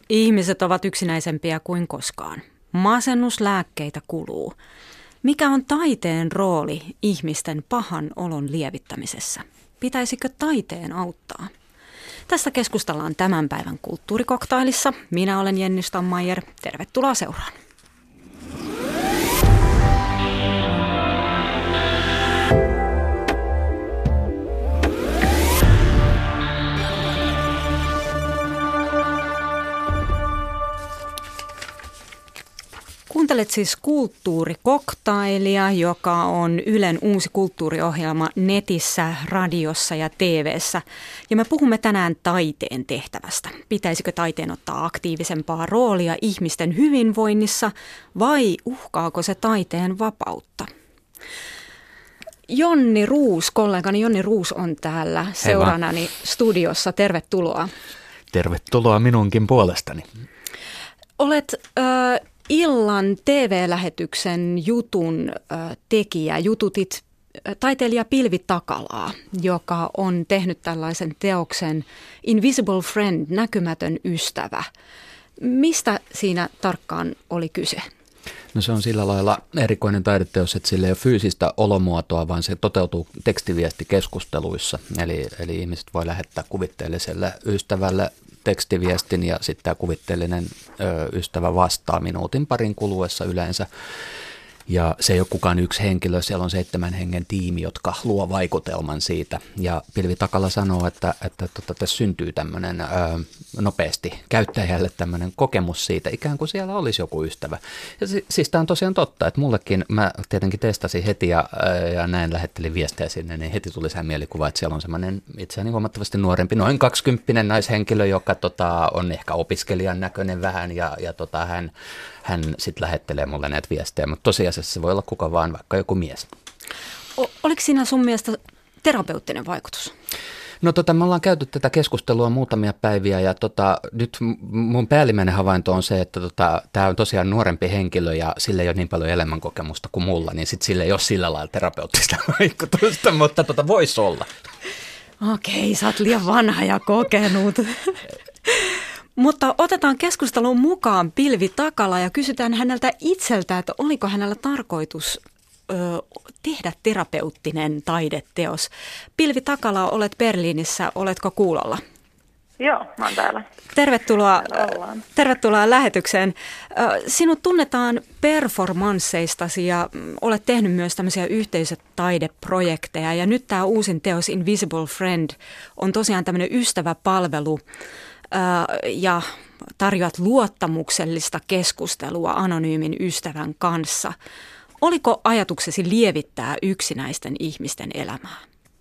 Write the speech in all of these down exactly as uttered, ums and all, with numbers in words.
Ihmiset ovat yksinäisempiä kuin koskaan. Masennuslääkkeitä kuluu. Mikä on taiteen rooli ihmisten pahan olon lievittämisessä? Pitäisikö taiteen auttaa? Tästä keskustellaan tämän päivän Kulttuurikoktailissa. Minä olen Jenny Stammeier. Tervetuloa seuraan. Kuuntelet siis Kulttuurikoktailia, joka on Ylen uusi kulttuuriohjelma netissä, radiossa ja T V:ssä. Ja me puhumme tänään taiteen tehtävästä. Pitäisikö taiteen ottaa aktiivisempaa roolia ihmisten hyvinvoinnissa vai uhkaako se taiteen vapautta? Jonni Ruus, kollegani Jonni Ruus on täällä seuranani studiossa. Tervetuloa. Tervetuloa minunkin puolestani. Olet Äh, illan T V-lähetyksen jutun äh, tekijä, jututit äh, taiteilija Pilvi Takalaa, joka on tehnyt tällaisen teoksen Invisible Friend, näkymätön ystävä. Mistä siinä tarkkaan oli kyse? No se on sillä lailla erikoinen taideteos, että sillä ei ole fyysistä olomuotoa, vaan se toteutuu tekstiviestikeskusteluissa. Eli, eli ihmiset voi lähettää kuvitteelliselle ystävälle tekstiviestin ja sitten tämä kuvitteellinen ö, ystävä vastaa minuutin parin kuluessa yleensä. Ja se ei ole kukaan yksi henkilö, siellä on seitsemän hengen tiimi, jotka luo vaikutelman siitä. Ja Pilvi Takala sanoo, että, että tota, tässä syntyy tämmöinen ö, nopeasti käyttäjälle tämmöinen kokemus siitä, ikään kuin siellä olisi joku ystävä. Ja si, siis tämä on tosiaan totta, että mullekin, mä tietenkin testasin heti ja, ja näin lähettelin viestejä sinne, niin heti tuli sehän mielikuva, että siellä on semmoinen itseäni huomattavasti nuorempi, noin kaksikymppinen naishenkilö, joka tota, on ehkä opiskelijan näköinen vähän ja, ja tota, hän... Hän sitten lähettelee mulle näitä viestejä, mutta tosiasiassa se voi olla kuka vaan, vaikka joku mies. O- oliko siinä sun mielestä terapeuttinen vaikutus? No tota, me ollaan käyty tätä keskustelua muutamia päiviä ja tota, nyt mun päällimmäinen havainto on se, että tota, tämä on tosiaan nuorempi henkilö ja sillä ei ole niin paljon elämänkokemusta kuin mulla, niin sitten sillä ei ole sillä lailla terapeuttista vaikutusta, mutta tota, voisi olla. Okei, sä oot liian vanha ja kokenut. Mutta otetaan keskusteluun mukaan Pilvi Takala ja kysytään häneltä itseltä, että oliko hänellä tarkoitus ö, tehdä terapeuttinen taideteos. Pilvi Takala, olet Berliinissä, oletko kuulolla? Joo, mä oon täällä. Tervetuloa, tervetuloa lähetykseen. Sinut tunnetaan performansseistasi ja olet tehnyt myös tämmöisiä yhteisötaideprojekteja. Ja nyt tämä uusin teos Invisible Friend on tosiaan tämmöinen ystäväpalvelu. Ja tarjoat luottamuksellista keskustelua anonyymin ystävän kanssa. Oliko ajatuksesi lievittää yksinäisten ihmisten elämää?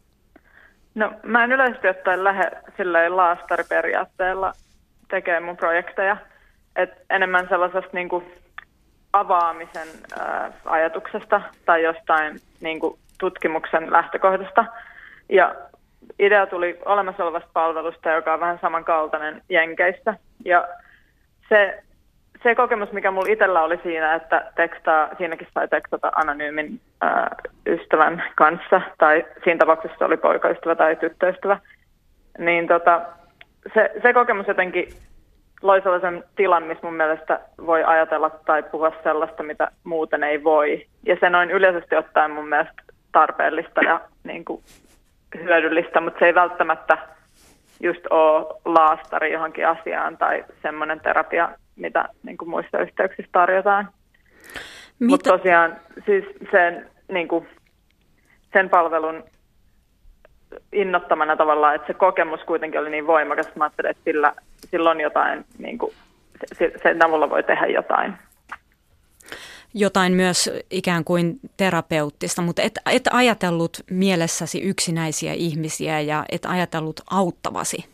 No mä en yleisesti ottaen lähde silleen laastariperiaatteella tekemään mun projekteja. Et enemmän sellaisesta niinku avaamisen ää, ajatuksesta tai jostain niinku tutkimuksen lähtökohdasta. Ja idea tuli olemassa olevasta palvelusta, joka on vähän samankaltainen Jenkeissä. Ja se, se kokemus, mikä mulla itsellä oli siinä, että tekstaa, siinäkin sai tekstata anonyymin ää, ystävän kanssa, tai siinä tapauksessa se oli poikaystävä tai tyttöystävä, niin tota, se, se kokemus jotenkin loi sellaisen tilan, missä mun mielestä voi ajatella tai puhua sellaista, mitä muuten ei voi. Ja se noin yleisesti ottaen mun mielestä tarpeellista ja niin kuin hyödyllistä, mutta se ei välttämättä just ole laastari johonkin asiaan tai semmoinen terapia, mitä niin kuin muissa yhteyksissä tarjotaan. Mutta tosiaan siis sen, niin kuin, sen palvelun innottamana tavallaan, että se kokemus kuitenkin oli niin voimakas, että mä ajattelin, että sillä, sillä on jotain, niin kuin, sen avulla voi tehdä jotain. Jotain myös ikään kuin terapeuttista, mutta et, et ajatellut mielessäsi yksinäisiä ihmisiä ja et ajatellut auttavasi?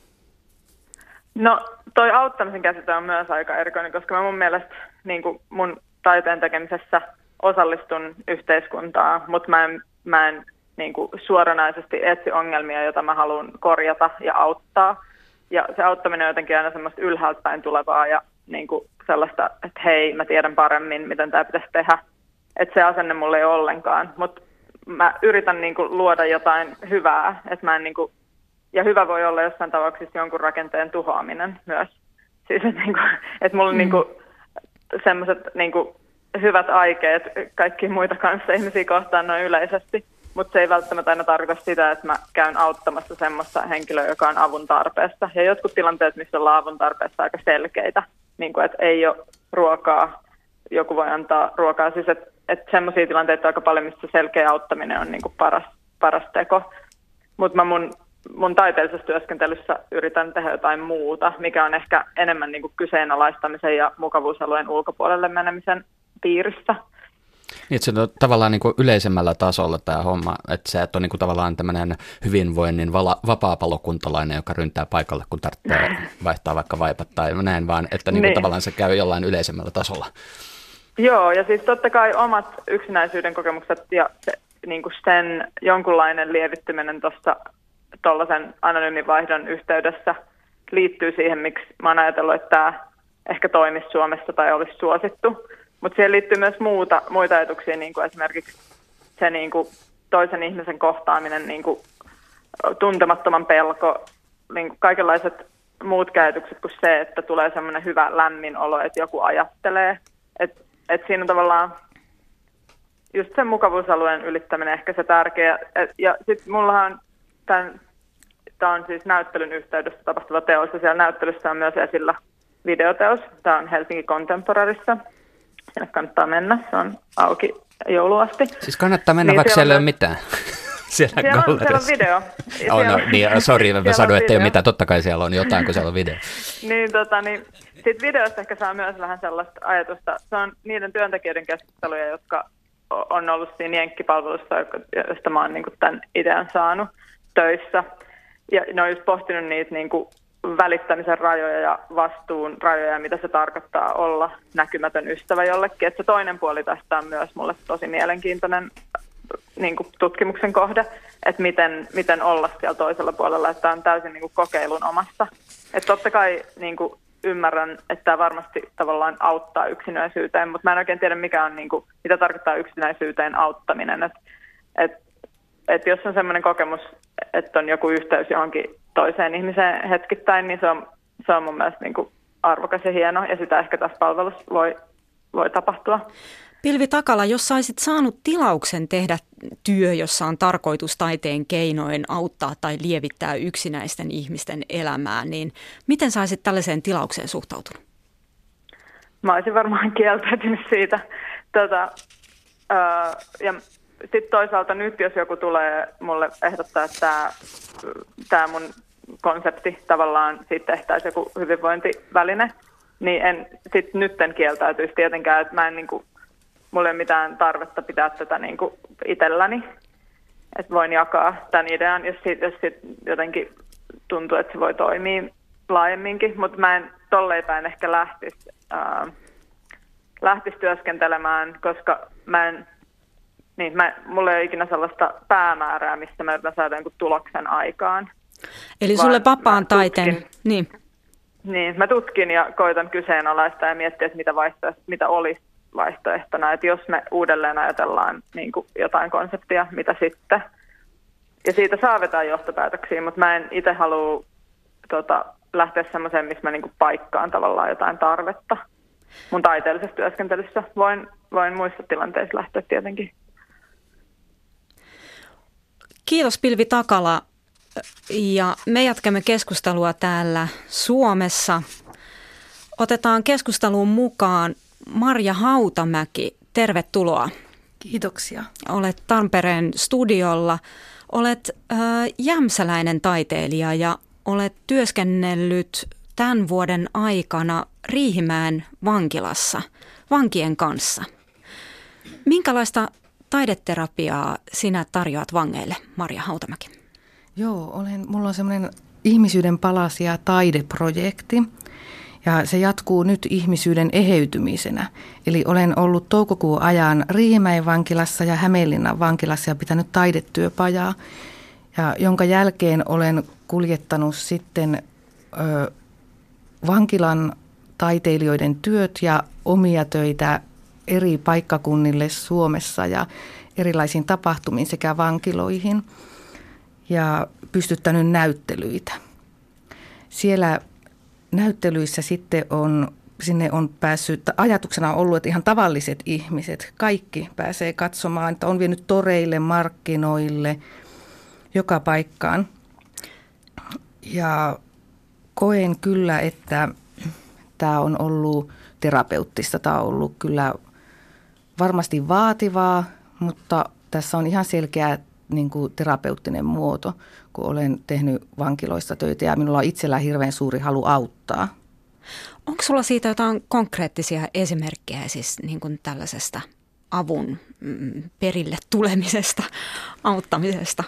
No toi auttamisen käsite on myös aika erikoinen, koska mä mun mielestä niin kuin mun taiteen tekemisessä osallistun yhteiskuntaan, mutta mä en, mä en niin kuin suoranaisesti etsi ongelmia, joita mä haluan korjata ja auttaa. Ja se auttaminen on jotenkin aina semmoista ylhäältä päin tulevaa ja niin kuin sellaista, että hei, mä tiedän paremmin, miten tämä pitäisi tehdä. Että se asenne mulla ei ole ollenkaan, mutta mä yritän niin kuin luoda jotain hyvää. Että mä en niin kuin, ja hyvä voi olla jossain tapauksessa jonkun rakenteen tuhoaminen myös. Siis, että, niin kuin, että mulla on mm. niin kuin, semmoiset niin kuin, hyvät aikeet kaikkia muita kanssa ihmisiä kohtaan noin yleisesti, mutta se ei välttämättä aina tarkoita sitä, että mä käyn auttamassa semmoista henkilöä, joka on avun tarpeessa. Ja jotkut tilanteet, missä ollaan avun tarpeessa, aika selkeitä, niin kuin, että ei ole ruokaa, joku voi antaa ruokaa. Siis että, että semmoisia tilanteita aika paljon, missä selkeä auttaminen on niin kuin paras, paras teko. Mutta mä mun, mun taiteellisessa työskentelyssä yritän tehdä jotain muuta, mikä on ehkä enemmän niin kuin kyseenalaistamisen ja mukavuusalueen ulkopuolelle menemisen piirissä. Niin, se on tavallaan niin kuin yleisemmällä tasolla tämä homma, että sä et ole niin kuin tavallaan tämmöinen hyvinvoinnin vala, vapaapalokuntalainen, joka ryntää paikalle, kun tarvitsee vaihtaa vaikka vaipat tai näin, vaan että niin kuin niin. tavallaan se käy jollain yleisemmällä tasolla. Joo, ja siis totta kai omat yksinäisyyden kokemukset ja se, niin kuin sen jonkunlainen lievittyminen tuossa tuollaisen anonyymin vaihdon yhteydessä liittyy siihen, miksi mä oon ajatellut, että tämä ehkä toimisi Suomessa tai olisi suosittu. Mutta siihen liittyy myös muuta, muita ajatuksia, niin kuin esimerkiksi se niin kuin toisen ihmisen kohtaaminen, niin kuin tuntemattoman pelko, niin kuin kaikenlaiset muut ajatukset kuin se, että tulee semmoinen hyvä lämmin olo, että joku ajattelee. Että et siinä on tavallaan just sen mukavuusalueen ylittäminen ehkä se tärkeä. Et, ja sitten mullahan tämän, tämä on siis näyttelyn yhteydessä tapahtuva teos, ja siellä näyttelyssä on myös esillä videoteos. Tämä on Helsingin Contemporarissa. Sinne kannattaa mennä, se on auki jouluasti. Siis kannattaa mennä, niin vaikka siellä ei ole mitään. Siellä, siellä, on, siellä on video. Oh, no, niin, sori, mä sanoin, että ei ole mitään. Totta kai siellä on jotain, kun siellä on video. niin, tota, niin, sitten videosta ehkä saa myös vähän sellaista ajatusta. Se on niiden työntekijöiden keskusteluja, jotka on ollut siinä jenkkipalvelussa, josta mä oon niin kuin tämän idean saanut töissä. Ja ne on just pohtinut niitä niin kuin välittämisen rajoja ja vastuun rajoja, mitä se tarkoittaa olla näkymätön ystävä jollekin. Että se toinen puoli tästä on myös mulle tosi mielenkiintoinen niin kuin tutkimuksen kohde, että miten, miten olla siellä toisella puolella, että tämä on täysin niin kuin kokeilun omassa. Että totta kai niin kuin ymmärrän, että tämä varmasti tavallaan auttaa yksinäisyyteen, mutta mä en oikein tiedä, mikä on, niin kuin, mitä tarkoittaa yksinäisyyteen auttaminen. Että et, et jos on sellainen kokemus, että on joku yhteys johonkin toiseen ihmiseen hetkittäin, niin se on, se on mun mielestä niin kuin arvokas ja hieno, ja sitä ehkä tässä palvelussa voi, voi tapahtua. Pilvi Takala, jos saisit saanut tilauksen tehdä työ, jossa on tarkoitus taiteen keinoin auttaa tai lievittää yksinäisten ihmisten elämää, niin miten saisit tällaiseen tilaukseen suhtautunut? Mä olisin varmaan kieltäytynyt siitä. Tota, ää, ja sitten toisaalta nyt, jos joku tulee mulle ehdottaa, että tämä, tämä mun konsepti tavallaan siitä tehtäisiin joku hyvinvointiväline, niin en sitten nyt en kieltäytyisi tietenkään, että mä en niinku, mulla ei ole mitään tarvetta pitää tätä niinku itselläni, että voin jakaa tämän idean, jos siitä jos sit jotenkin tuntuu, että se voi toimia laajemminkin, mutta mä en tolleen päin ehkä lähtisi, ää, lähtisi työskentelemään, koska mä en Niin, mä, mulla ei ole ikinä sellaista päämäärää, mistä mä yritän saada jonkun tuloksen aikaan. Eli sulle vapaan taiteen, niin. Niin, mä tutkin ja koitan kyseenalaista ja miettiä, että mitä, vaihtoehto, mitä olisi vaihtoehtona. Että jos me uudelleen ajatellaan niin kuin jotain konseptia, mitä sitten. Ja siitä saavetaan johtopäätöksiä, mutta mä en itse halua tota, lähteä semmoiseen, missä mä niin kuin paikkaan tavallaan jotain tarvetta. Mun taiteellisessa työskentelyssä voin, voin muissa tilanteissa lähteä tietenkin. Kiitos Pilvi Takala, ja me jatkamme keskustelua täällä Suomessa. Otetaan keskusteluun mukaan Marja Hautamäki. Tervetuloa. Kiitoksia. Olet Tampereen studiolla. Olet äh, jämsäläinen taiteilija ja olet työskennellyt tämän vuoden aikana Riihimäen vankilassa vankien kanssa. Minkälaista taideterapiaa sinä tarjoat vangeille, Marja Hautamäki? Joo, olen, mulla on semmoinen ihmisyyden palasia taideprojekti ja se jatkuu nyt ihmisyyden eheytymisenä. Eli olen ollut toukokuun ajan Riihimäen vankilassa ja Hämeenlinnan vankilassa ja pitänyt taidetyöpajaa, ja jonka jälkeen olen kuljettanut sitten ö, vankilan taiteilijoiden työt ja omia töitä eri paikkakunnille Suomessa ja erilaisiin tapahtumiin sekä vankiloihin ja pystyttänyt näyttelyitä. Siellä näyttelyissä sitten on, sinne on päässyt, ajatuksena on ollut, että ihan tavalliset ihmiset, kaikki pääsee katsomaan, että on vienyt toreille, markkinoille, joka paikkaan. Ja koen kyllä, että tämä on ollut terapeuttista, tämä on ollut kyllä varmasti vaativaa, mutta tässä on ihan selkeä niin kuin terapeuttinen muoto, kun olen tehnyt vankiloissa töitä ja minulla on itsellä hirveän suuri halu auttaa. Onko sulla siitä jotain konkreettisia esimerkkejä siis niin kuin tällaisesta avun perille tulemisesta, auttamisesta?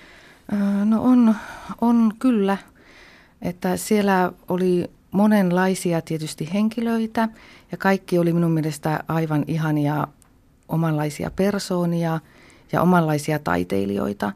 No on, on kyllä, että siellä oli monenlaisia tietysti henkilöitä ja kaikki oli minun mielestä aivan ihania omanlaisia persoonia ja omanlaisia taiteilijoita.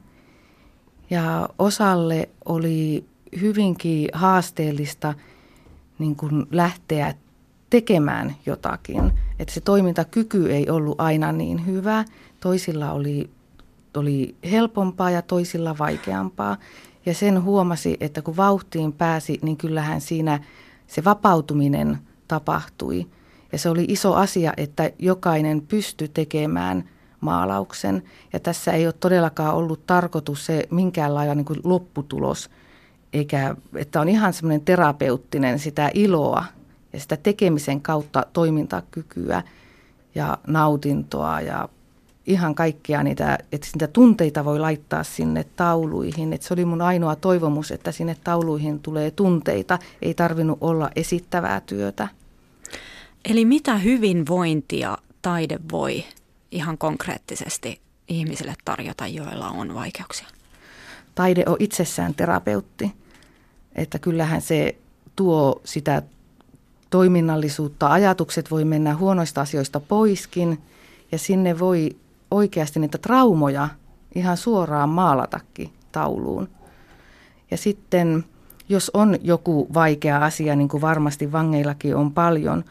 Ja osalle oli hyvinkin haasteellista niin kuin lähteä tekemään jotakin. Että se toimintakyky ei ollut aina niin hyvä. Toisilla oli, oli helpompaa ja toisilla vaikeampaa. Ja sen huomasi, että kun vauhtiin pääsi, niin kyllähän siinä se vapautuminen tapahtui. Ja se oli iso asia, että jokainen pystyi tekemään maalauksen. Ja tässä ei ole todellakaan ollut tarkoitus se minkäänlainen niin kuin lopputulos, eikä, että on ihan semmoinen terapeuttinen sitä iloa ja sitä tekemisen kautta toimintakykyä ja nautintoa ja ihan kaikkia niitä, että niitä tunteita voi laittaa sinne tauluihin. Että se oli mun ainoa toivomus, että sinne tauluihin tulee tunteita, ei tarvinnut olla esittävää työtä. Eli mitä hyvinvointia taide voi ihan konkreettisesti ihmisille tarjota, joilla on vaikeuksia? Taide on itsessään terapeutti, että kyllähän se tuo sitä toiminnallisuutta. Ajatukset voi mennä huonoista asioista poiskin ja sinne voi oikeasti niitä traumoja ihan suoraan maalatakin tauluun. Ja sitten jos on joku vaikea asia, niin kuin varmasti vangeillakin on paljon,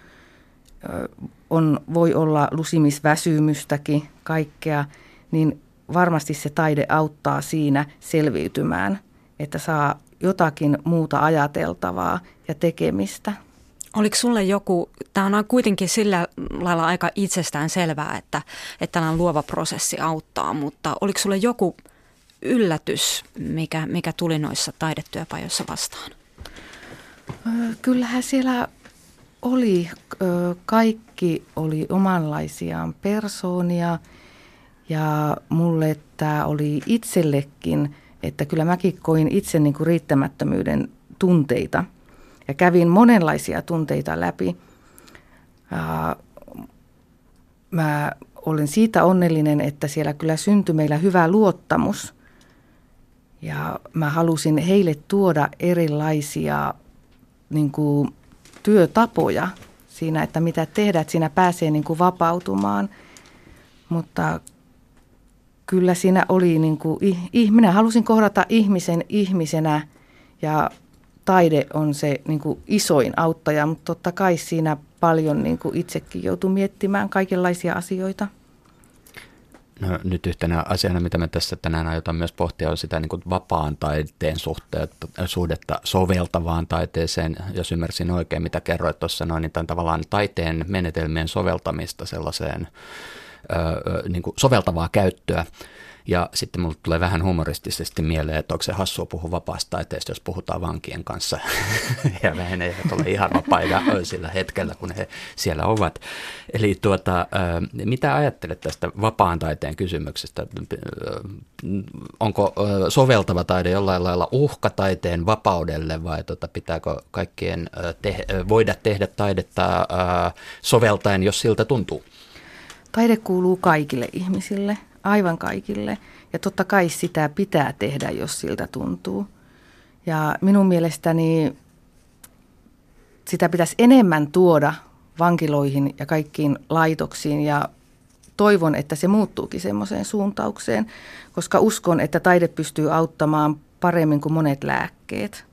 on, voi olla lusimisväsymystäkin, kaikkea, niin varmasti se taide auttaa siinä selviytymään, että saa jotakin muuta ajateltavaa ja tekemistä. Oliko sulle joku, tämä on kuitenkin sillä lailla aika itsestään selvää, että, että tällainen luova prosessi auttaa, mutta oliko sulle joku yllätys, mikä, mikä tuli noissa taidetyöpajoissa vastaan? Kyllähän siellä oli, kaikki oli omanlaisiaan persoonia ja mulle tämä oli itsellekin, että kyllä mäkin koin itse niin kuin riittämättömyyden tunteita. Ja kävin monenlaisia tunteita läpi. Mä olen siitä onnellinen, että siellä kyllä syntyi meillä hyvä luottamus. Ja mä halusin heille tuoda erilaisia niin kuin, työtapoja siinä, että mitä tehdä, että siinä pääsee niin kuin, vapautumaan. Mutta kyllä siinä oli, niin kuin, minä halusin kohdata ihmisen ihmisenä ja taide on se niin kuin isoin auttaja, mutta totta kai siinä paljon niin kuin itsekin joutui miettimään kaikenlaisia asioita. No, nyt yhtenä asiana, mitä me tässä tänään aiotaan myös pohtia, on sitä niin kuin vapaan taiteen suhteetta, suhdetta soveltavaan taiteeseen. Jos ymmärsin oikein, mitä kerroit tuossa noin, niin tämän tavallaan taiteen menetelmien soveltamista sellaiseen ö, niin kuin soveltavaa käyttöä. Ja sitten mulle tulee vähän humoristisesti mieleen, että onko se hassua puhua vapaasta taiteesta, jos puhutaan vankien kanssa. Ja vähän eivät ole ihan vapaita sillä hetkellä, kun he siellä ovat. Eli tuota, mitä ajattelet tästä vapaan taiteen kysymyksestä? Onko soveltava taide jollain lailla uhka taiteen vapaudelle vai tuota, pitääkö kaikkien te- voida tehdä taidetta soveltaen, jos siltä tuntuu? Taide kuuluu kaikille ihmisille. Aivan kaikille. Ja totta kai sitä pitää tehdä, jos siltä tuntuu. Ja minun mielestäni sitä pitäisi enemmän tuoda vankiloihin ja kaikkiin laitoksiin. Ja toivon, että se muuttuukin semmoiseen suuntaukseen, koska uskon, että taide pystyy auttamaan paremmin kuin monet lääkkeet.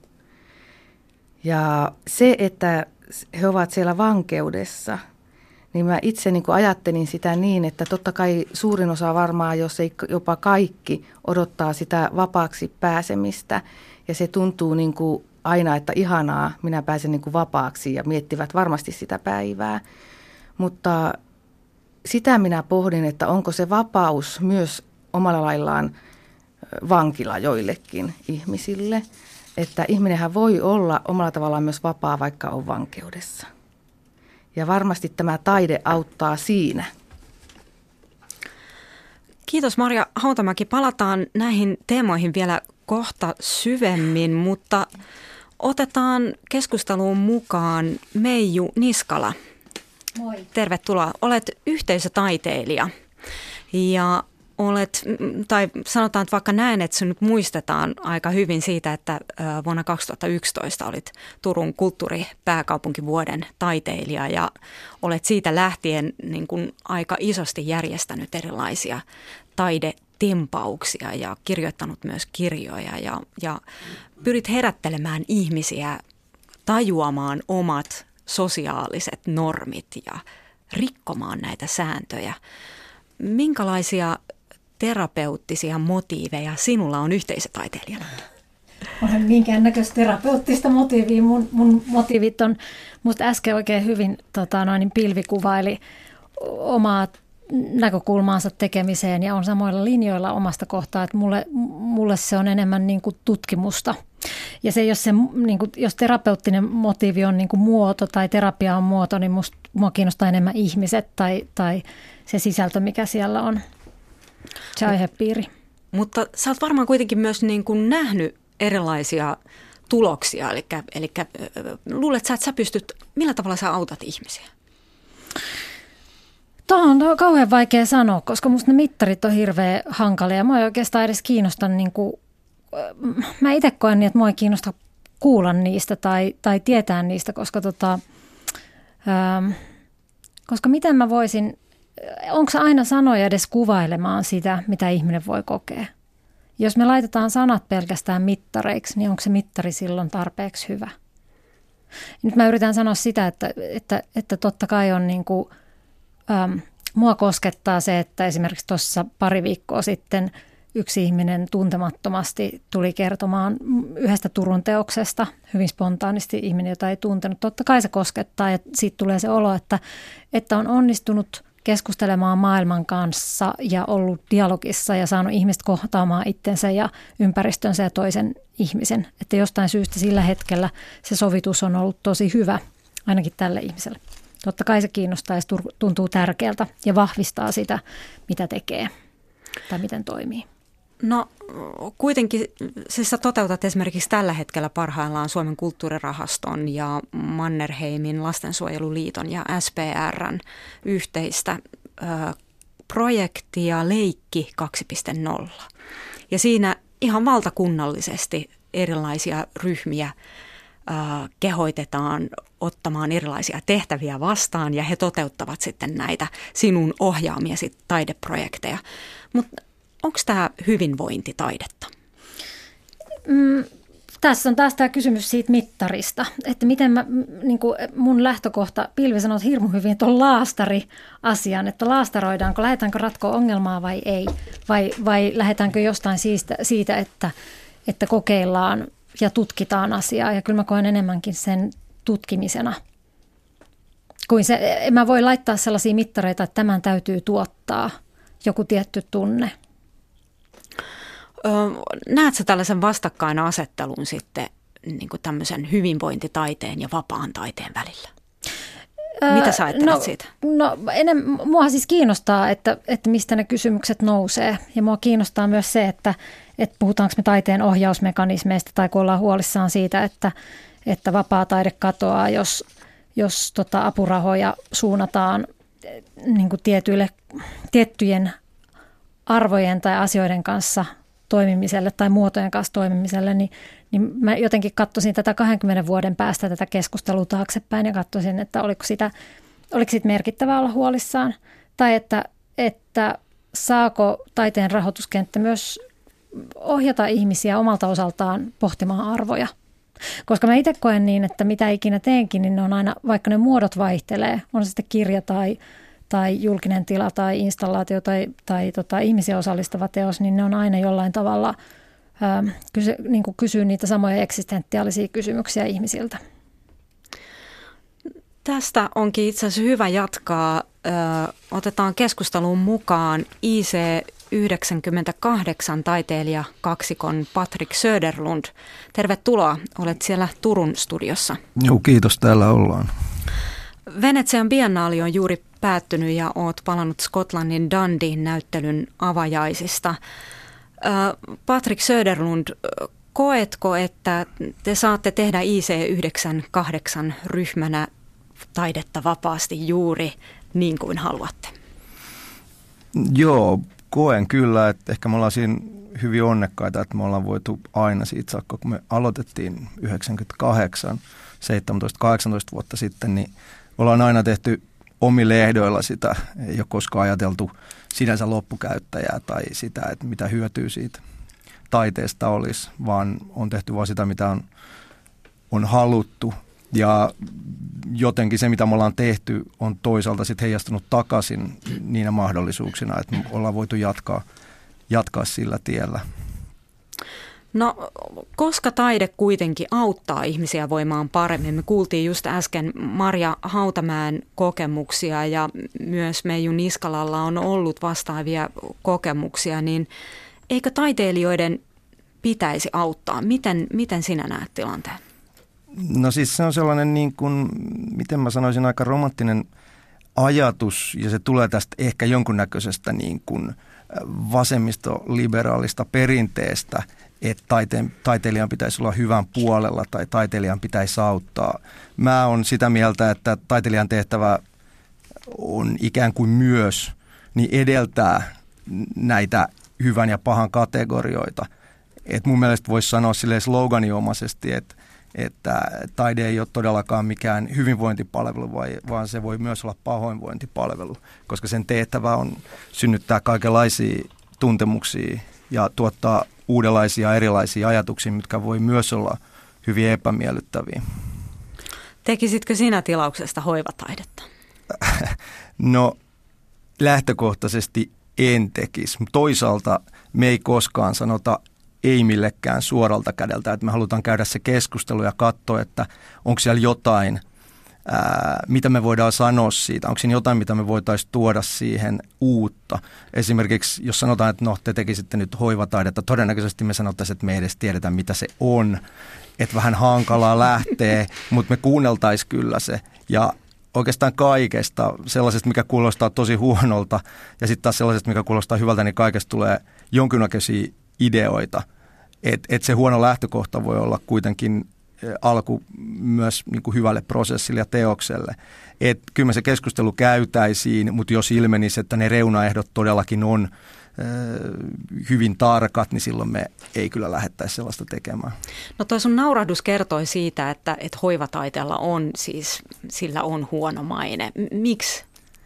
Ja se, että he ovat siellä vankeudessa, niin mä itse niin kuin ajattelin sitä niin, että totta kai suurin osa varmaan, jos ei jopa kaikki, odottaa sitä vapaaksi pääsemistä. Ja se tuntuu niin kuin aina, että ihanaa, minä pääsen niin kuin vapaaksi ja miettivät varmasti sitä päivää. Mutta sitä minä pohdin, että onko se vapaus myös omalla laillaan vankila joillekin ihmisille. Että ihminenhän voi olla omalla tavallaan myös vapaa, vaikka on vankeudessa. Ja varmasti tämä taide auttaa siinä. Kiitos Marja Hautamäki. Palataan näihin teemoihin vielä kohta syvemmin, mutta otetaan keskusteluun mukaan Meiju Niskala. Moi. Tervetuloa. Olet yhteisötaiteilija ja olet, tai sanotaan, että vaikka näen, että sinut muistetaan aika hyvin siitä, että vuonna kaksituhattayksitoista olit Turun kulttuuripääkaupunkivuoden taiteilija ja olet siitä lähtien niin kuin aika isosti järjestänyt erilaisia taidetempauksia ja kirjoittanut myös kirjoja ja, ja pyrit herättelemään ihmisiä tajuamaan omat sosiaaliset normit ja rikkomaan näitä sääntöjä. Minkälaisia terapeuttisia motiiveja sinulla on yhteisötaiteilijana? Olen minkäännäköistä terapeuttista motiivia. Mun, mun motiivit on, musta äsken oikein hyvin tota, noin, pilvikuvaili omaa näkökulmaansa tekemiseen ja on samoilla linjoilla omasta kohtaa, että mulle, mulle se on enemmän niin kuin tutkimusta. Ja se, jos, se, niin kuin, jos terapeuttinen motiivi on niin kuin muoto tai terapia on muoto, niin musta, mua kiinnostaa enemmän ihmiset tai, tai se sisältö, mikä siellä on, se aihepiiri. Mutta sä oot varmaan kuitenkin myös niin kuin nähnyt erilaisia tuloksia, eli, eli luulet sä, että sä pystyt, millä tavalla sä autat ihmisiä? Tuo on kauhean vaikea sanoa, koska musta ne mittarit on hirveän hankalia. Mua ei oikeastaan edes kiinnosta, niin kuin, mä itse koen niin, että mua ei kiinnosta kuulla niistä tai, tai tietää niistä, koska, tota, ähm, koska miten mä voisin, onko se aina sanoja edes kuvailemaan sitä, mitä ihminen voi kokea? Jos me laitetaan sanat pelkästään mittareiksi, niin onko se mittari silloin tarpeeksi hyvä? Nyt mä yritän sanoa sitä, että, että, että totta kai on niin kuin, ähm, mua koskettaa se, että esimerkiksi tuossa pari viikkoa sitten yksi ihminen tuntemattomasti tuli kertomaan yhdestä Turun teoksesta, hyvin spontaanisti ihminen, jota ei tuntenut. Totta kai se koskettaa ja siitä tulee se olo, että, että on onnistunut keskustelemaan maailman kanssa ja ollut dialogissa ja saanut ihmiset kohtaamaan itsensä ja ympäristönsä ja toisen ihmisen. Että jostain syystä sillä hetkellä se sovitus on ollut tosi hyvä, ainakin tälle ihmiselle. Totta kai se kiinnostaa ja se tuntuu tärkeältä ja vahvistaa sitä, mitä tekee tai miten toimii. No kuitenkin siis sä toteutat esimerkiksi tällä hetkellä parhaillaan Suomen kulttuurirahaston ja Mannerheimin lastensuojeluliiton ja S P R:n yhteistä ö, projektia Leikki kaksi piste nolla. Ja siinä ihan valtakunnallisesti erilaisia ryhmiä ö, kehoitetaan ottamaan erilaisia tehtäviä vastaan ja he toteuttavat sitten näitä sinun ohjaamiasi taideprojekteja. Mutta onko tämä hyvinvointitaidetta? Mm, tässä on taas tämä kysymys siitä mittarista, että miten mä, niin kuin mun lähtökohta, Pilvi sanoi hirmu hyvin tuon laastari-asian, että laastaroidaanko, lähdetäänkö ratkoa ongelmaa vai ei, vai, vai lähdetäänkö jostain siitä, siitä että, että kokeillaan ja tutkitaan asiaa, ja kyllä mä koen enemmänkin sen tutkimisena. Kuin se, en mä voi laittaa sellaisia mittareita, että tämän täytyy tuottaa joku tietty tunne. Näetkö tällaisen vastakkainasettelun sitten niin kuin tämmöisen hyvinvointitaiteen ja vapaan taiteen välillä? Mitä sä ajattelet no, siitä? No, enem, mua siis kiinnostaa, että, että mistä ne kysymykset nousee. Ja mua kiinnostaa myös se, että, että puhutaanko me taiteen ohjausmekanismeista tai kun ollaan huolissaan siitä, että, että vapaa taide katoaa, jos, jos tota, apurahoja suunnataan niin kuin tietyille, tiettyjen arvojen tai asioiden kanssa toimimiselle tai muotojen kanssa toimimiselle, niin, niin mä jotenkin katsoisin tätä kahdenkymmenen vuoden päästä tätä keskustelua taaksepäin ja katsoisin, että oliko sitä, oliko siitä merkittävää olla huolissaan tai että, että saako taiteen rahoituskenttä myös ohjata ihmisiä omalta osaltaan pohtimaan arvoja. Koska mä itse koen niin, että mitä ikinä teenkin, niin ne on aina, vaikka ne muodot vaihtelee, on se sitten kirja tai tai julkinen tila tai installaatio tai, tai tota, ihmisiä osallistava teos, niin ne on aina jollain tavalla ö, kysy, niin kuin kysyä niitä samoja eksistentiaalisia kysymyksiä ihmisiltä. Tästä onkin itse asiassa hyvä jatkaa. Ö, otetaan keskusteluun mukaan I C yhdeksänkymmentäkahdeksan taiteilija kaksikon Patrik Söderlund. Tervetuloa, olet siellä Turun studiossa. Joo, kiitos, täällä ollaan. Venetsian biennaali on juuri päättynyt ja olet palannut Skotlannin Dundeen näyttelyn avajaisista. Patrik Söderlund, koetko, että te saatte tehdä I C yhdeksänkymmentäkahdeksan ryhmänä taidetta vapaasti juuri niin kuin haluatte? Joo, koen kyllä, että ehkä me ollaan siinä hyvin onnekkaita, että me ollaan voitu aina siitä saakka, kun me aloitettiin yhdeksänkymmentäkahdeksan, seitsemäntoista kahdeksantoista vuotta sitten, niin ollaan aina tehty omille ehdoilla sitä, ei ole koskaan ajateltu sinänsä loppukäyttäjää tai sitä, että mitä hyötyä siitä taiteesta olisi, vaan on tehty vaan sitä, mitä on, on haluttu. Ja jotenkin se, mitä me ollaan tehty, on toisaalta sitten heijastunut takaisin niinä mahdollisuuksina, että me ollaan voitu jatkaa, jatkaa sillä tiellä. No, koska taide kuitenkin auttaa ihmisiä voimaan paremmin? Me kuultiin just äsken Marja Hautamäen kokemuksia ja myös Meiju Niskalalla on ollut vastaavia kokemuksia, niin eikö taiteilijoiden pitäisi auttaa? Miten, miten sinä näet tilanteen? No siis se on sellainen, niin kuin, miten mä sanoisin, aika romanttinen ajatus, ja se tulee tästä ehkä jonkunnäköisestä niin kuin vasemmistoliberaalista perinteestä, että taiteen, taiteilijan pitäisi olla hyvän puolella tai taiteilijan pitäisi auttaa. Mä oon sitä mieltä, että taiteilijan tehtävä on ikään kuin myös niin edeltää näitä hyvän ja pahan kategorioita. Et mun mielestä voisi sanoa silleen sloganiomaisesti, että että taide ei ole todellakaan mikään hyvinvointipalvelu, vaan se voi myös olla pahoinvointipalvelu, koska sen tehtävä on synnyttää kaikenlaisia tuntemuksia ja tuottaa uudenlaisia erilaisia ajatuksia, mitkä voi myös olla hyvin epämiellyttäviä. Tekisitkö sinä tilauksesta hoivataidetta? No lähtökohtaisesti en tekisi. Toisaalta me ei koskaan sanota ei millekään suoralta kädeltä, että me halutaan käydä se keskustelu ja katsoa, että onko siellä jotain, ää, mitä me voidaan sanoa siitä, onko siinä jotain, mitä me voitaisiin tuoda siihen uutta. Esimerkiksi jos sanotaan, että no te tekisitte nyt hoivataidetta, todennäköisesti me sanottaisiin, että me ei edes tiedetä, mitä se on, että vähän hankalaa lähtee, mutta me kuunneltaisiin kyllä se ja oikeastaan kaikesta, sellaisesta, mikä kuulostaa tosi huonolta ja sitten taas sellaisesta, mikä kuulostaa hyvältä, niin kaikesta tulee jonkinnäköisiä ideoita, että et se huono lähtökohta voi olla kuitenkin alku myös niin kuin hyvälle prosessille ja teokselle. Et kyllä me se keskustelu käytäisiin, mutta jos ilmenisi, että ne reunaehdot todellakin on ö, hyvin tarkat, niin silloin me ei kyllä lähettäisi sellaista tekemään. No toi sun naurahdus kertoi siitä, että, että hoivataiteella on siis, sillä on huono maine. M- miksi?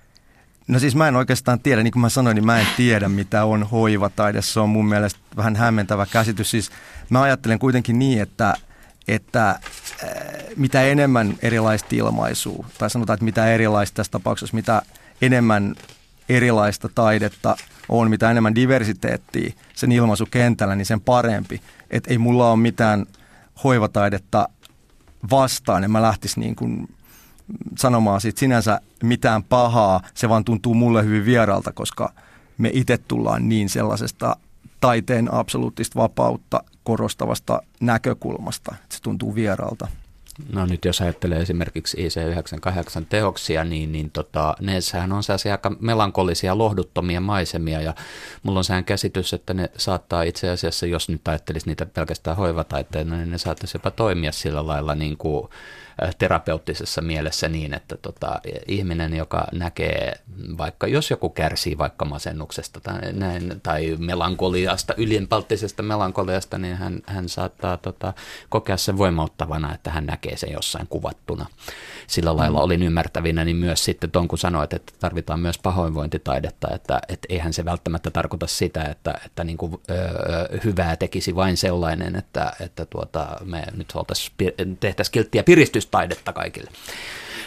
No siis mä en oikeastaan tiedä, niin kuin mä sanoin, niin mä en tiedä mitä on hoivataide. Se on mun mielestä vähän hämmentävä käsitys. Siis mä ajattelen kuitenkin niin, että, että äh, mitä enemmän erilaista ilmaisua, tai sanotaan, että mitä erilaista tässä tapauksessa, mitä enemmän erilaista taidetta on, mitä enemmän diversiteettiä sen ilmaisukentällä, niin sen parempi. Että ei mulla ole mitään hoivataidetta vastaan, en mä lähtisi niin kuin sanomaan siitä sinänsä mitään pahaa, se vaan tuntuu mulle hyvin vieraalta, koska me itse tullaan niin sellaisesta taiteen absoluuttista vapautta korostavasta näkökulmasta, että se tuntuu vieraalta. No nyt jos ajattelee esimerkiksi I C yhdeksänkymmentäkahdeksan teoksia, niin, niin tota, nehän on sellaisia aika melankolisia, lohduttomia maisemia ja mulla on sehän käsitys, että ne saattaa itse asiassa, jos nyt ajattelisi niitä pelkästään hoivataiteena, niin ne saattaisi jopa toimia sillä lailla niin kuin terapeuttisessa mielessä niin, että tota, ihminen, joka näkee vaikka, jos joku kärsii vaikka masennuksesta tai, näin, tai melankoliasta, ylimpalttisesta melankoliasta, niin hän, hän saattaa tota, kokea sen voimauttavana, että hän näkee sen jossain kuvattuna. Sillä lailla mm. olin ymmärtävinä, niin myös sitten tuon kun sanoit, että tarvitaan myös pahoinvointitaidetta, että et eihän se välttämättä tarkoita sitä, että, että niin kuin, ö, hyvää tekisi vain sellainen, että, että tuota, me nyt tehtäisiin kilttiä piristystaidetta kaikille.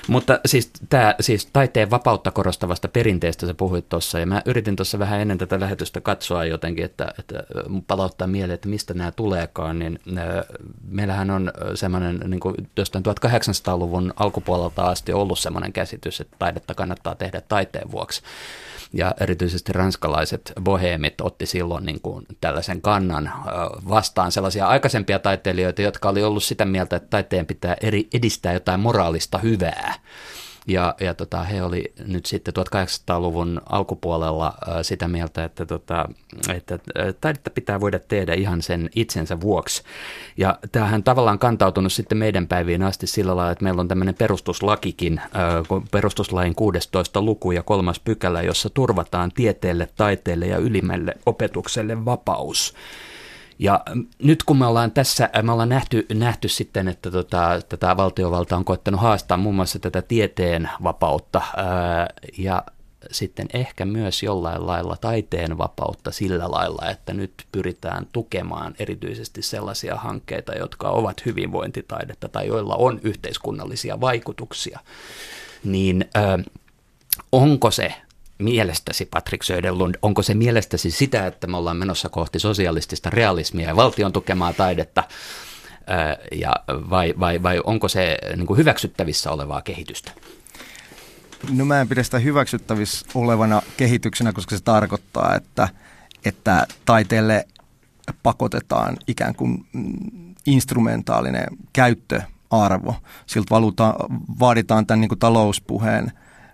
Mutta siis, tää, siis taiteen vapautta korostavasta perinteestä sä puhuit tuossa, ja mä yritin tuossa vähän ennen tätä lähetystä katsoa jotenkin, että, että palauttaa mieleen, että mistä nämä tuleekaan, niin meillähän on semmoinen niin kuin jostain tuhatkahdeksansataaluvun alkupuolelta asti ollut semmoinen käsitys, että taidetta kannattaa tehdä taiteen vuoksi. Ja erityisesti ranskalaiset boheemit otti silloin niin kuin tällaisen kannan vastaan sellaisia aikaisempia taiteilijoita, jotka oli ollut sitä mieltä, että taiteen pitää eri, edistää jotain moraalista hyvää. Ja, ja tota, he oli nyt sitten tuhatkahdeksansataaluvun alkupuolella ä, sitä mieltä, että, tota, että taidetta pitää voida tehdä ihan sen itsensä vuoksi. Ja tämähän tavallaan kantautunut sitten meidän päiviin asti sillä lailla, että meillä on tämmöinen perustuslakikin, ä, perustuslain kuudestoista luku ja kolmas pykälä, jossa turvataan tieteelle, taiteelle ja ylimmälle opetukselle vapaus. Ja nyt kun me ollaan tässä, me ollaan nähty, nähty sitten, että tota, tätä valtiovalta on koettanut haastaa muun muassa tätä tieteen vapautta ää, ja sitten ehkä myös jollain lailla taiteen vapautta sillä lailla, että nyt pyritään tukemaan erityisesti sellaisia hankkeita, jotka ovat hyvinvointitaidetta tai joilla on yhteiskunnallisia vaikutuksia, niin ää, onko se mielestäsi, Patrik Söderlund, onko se mielestäsi sitä, että me ollaan menossa kohti sosialistista realismia ja valtion tukemaa taidetta, ää, ja vai, vai, vai onko se niin kuin hyväksyttävissä olevaa kehitystä? No mä en pidä sitä hyväksyttävissä olevana kehityksenä, koska se tarkoittaa, että, että taiteelle pakotetaan ikään kuin instrumentaalinen käyttöarvo. Siltä valuta, vaaditaan tämän niin kuin talouspuheen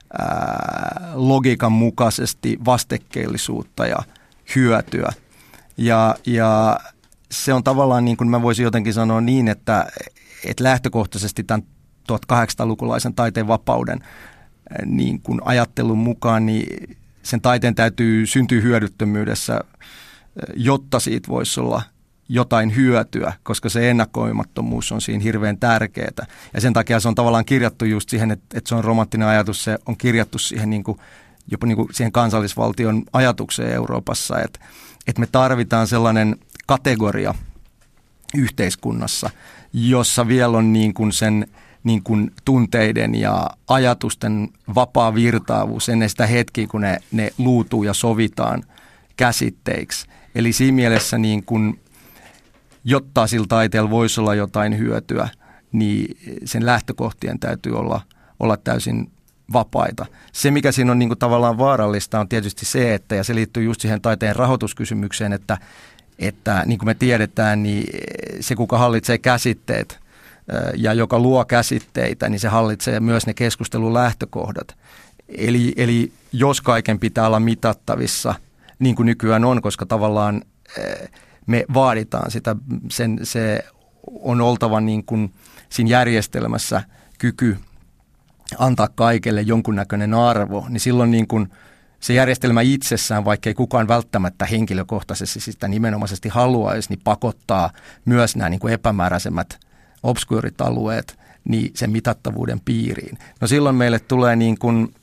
ää, logiikan mukaisesti vastekkeellisuutta ja hyötyä. Ja, ja se on tavallaan niin kuin mä voisin jotenkin sanoa niin, että, että lähtökohtaisesti tämän tuhatkahdeksansataalukulaisen taiteen vapauden niin kuin ajattelun mukaan, niin sen taiteen täytyy syntyä hyödyttömyydessä, jotta siitä voisi olla jotain hyötyä, koska se ennakoimattomuus on siinä hirveän tärkeää. Ja sen takia se on tavallaan kirjattu just siihen, että, että se on romanttinen ajatus, se on kirjattu siihen, niin kuin, jopa niin kuin siihen kansallisvaltion ajatukseen Euroopassa, että, että me tarvitaan sellainen kategoria yhteiskunnassa, jossa vielä on niin kuin sen niin kuin tunteiden ja ajatusten vapaa virtaavuus ennen sitä hetkiä, kun ne, ne luutuu ja sovitaan käsitteiksi. Eli siinä mielessä, niin kuin, jotta sillä taiteella voisi olla jotain hyötyä, niin sen lähtökohtien täytyy olla, olla täysin vapaita. Se, mikä siinä on niin kuin tavallaan vaarallista, on tietysti se, että, ja se liittyy just siihen taiteen rahoituskysymykseen, että, että niin kuin me tiedetään, niin se, kuka hallitsee käsitteet, ja joka luo käsitteitä, niin se hallitsee myös ne keskustelun lähtökohdat. Eli, eli jos kaiken pitää olla mitattavissa, niin kuin nykyään on, koska tavallaan me vaaditaan sitä, sen, se on oltava niin kuin siinä järjestelmässä kyky antaa kaikelle jonkunnäköinen arvo, niin silloin niin kuin se järjestelmä itsessään, vaikka ei kukaan välttämättä henkilökohtaisesti sitä nimenomaisesti haluaisi, niin pakottaa myös nämä niin kuin epämääräisemmät obskuurit alueet niin sen mitattavuuden piiriin. No silloin meille tulee niin kuin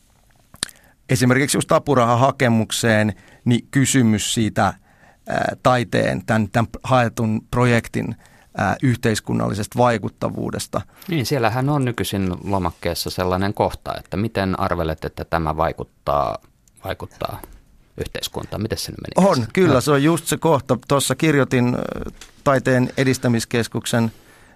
esimerkiksi just apurahahakemukseen niin kysymys siitä ää, taiteen, tämän, tämän haetun projektin ää, yhteiskunnallisesta vaikuttavuudesta. Niin, siellähän on nykyisin lomakkeessa sellainen kohta, että miten arvelet, että tämä vaikuttaa, vaikuttaa yhteiskuntaan. Miten se meni? On, kyllä, se on just se kohta. Tuossa kirjoitin Taiteen edistämiskeskuksen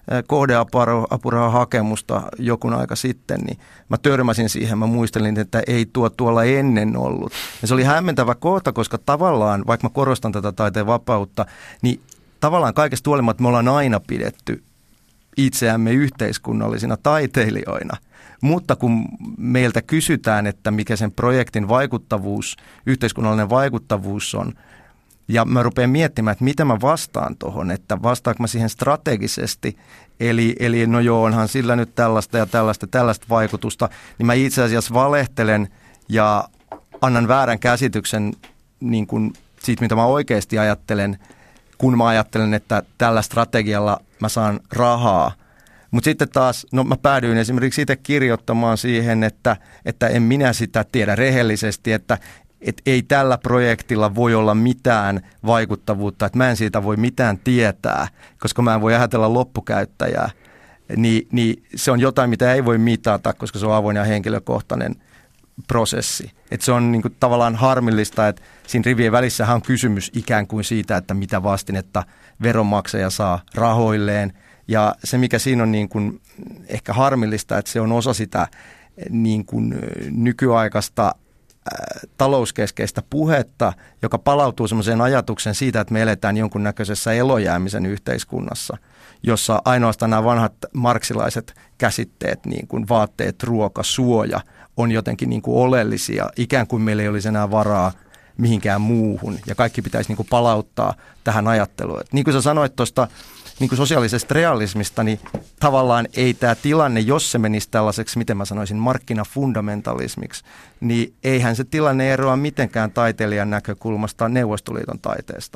kohdeapurahahakemusta jokun aika sitten, niin mä törmäsin siihen, mä muistelin, että ei tuo tuolla ennen ollut. Ja se oli hämmentävä kohta, koska tavallaan, vaikka mä korostan tätä taiteen vapautta, niin tavallaan kaikesta huolimatta me ollaan aina pidetty itseämme yhteiskunnallisina taiteilijoina. Mutta kun meiltä kysytään, että mikä sen projektin vaikuttavuus, yhteiskunnallinen vaikuttavuus on, ja mä rupean miettimään, että mitä mä vastaan tuohon, että vastaanko mä siihen strategisesti, eli, eli no joo, onhan sillä nyt tällaista ja tällaista, tällaista vaikutusta, niin mä itse asiassa valehtelen ja annan väärän käsityksen niin kuin siitä, mitä mä oikeasti ajattelen, kun mä ajattelen, että tällä strategialla mä saan rahaa. Mutta sitten taas, no mä päädyin esimerkiksi itse kirjoittamaan siihen, että, että en minä sitä tiedä rehellisesti, että että ei tällä projektilla voi olla mitään vaikuttavuutta, että mä en siitä voi mitään tietää, koska mä en voi ajatella loppukäyttäjää. niin, niin se on jotain, mitä ei voi mitata, koska se on avoin ja henkilökohtainen prosessi. Et se on niin kuin tavallaan harmillista, että siinä rivien välissähän on kysymys ikään kuin siitä, että mitä vastinetta veronmaksaja saa rahoilleen. Ja se, mikä siinä on niin kuin ehkä harmillista, että se on osa sitä niin kuin nykyaikaista ä, talouskeskeistä puhetta, joka palautuu semmoiseen ajatukseen siitä, että me eletään jonkunnäköisessä elojäämisen yhteiskunnassa, jossa ainoastaan nämä vanhat marksilaiset käsitteet, niin kuin vaatteet, ruoka, suoja, on jotenkin niin kuin oleellisia, ikään kuin meillä ei olisi enää varaa mihinkään muuhun. Ja kaikki pitäisi niin kuin palauttaa tähän ajatteluun. Et niin kuin sä sanoit tuosta niin kuin sosiaalisesta realismista, niin tavallaan ei tämä tilanne, jos se menisi tällaiseksi, miten mä sanoisin, markkinafundamentalismiksi, niin eihän se tilanne eroa mitenkään taiteilijan näkökulmasta Neuvostoliiton taiteesta.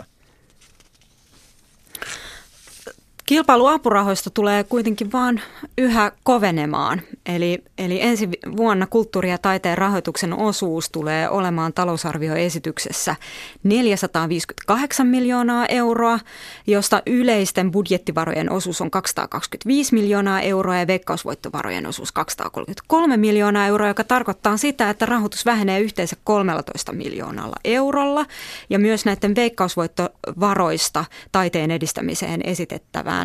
Kilpailu apurahoista tulee kuitenkin vaan yhä kovenemaan. Eli, eli ensi vuonna kulttuuri- ja taiteen rahoituksen osuus tulee olemaan talousarvioesityksessä neljäsataaviisikymmentäkahdeksan miljoonaa euroa, josta yleisten budjettivarojen osuus on kaksisataakaksikymmentäviisi miljoonaa euroa ja veikkausvoittovarojen osuus kaksisataakolmekymmentäkolme miljoonaa euroa, joka tarkoittaa sitä, että rahoitus vähenee yhteensä kolmetoista miljoonalla eurolla. Ja myös näiden veikkausvoittovaroista taiteen edistämiseen esitettävään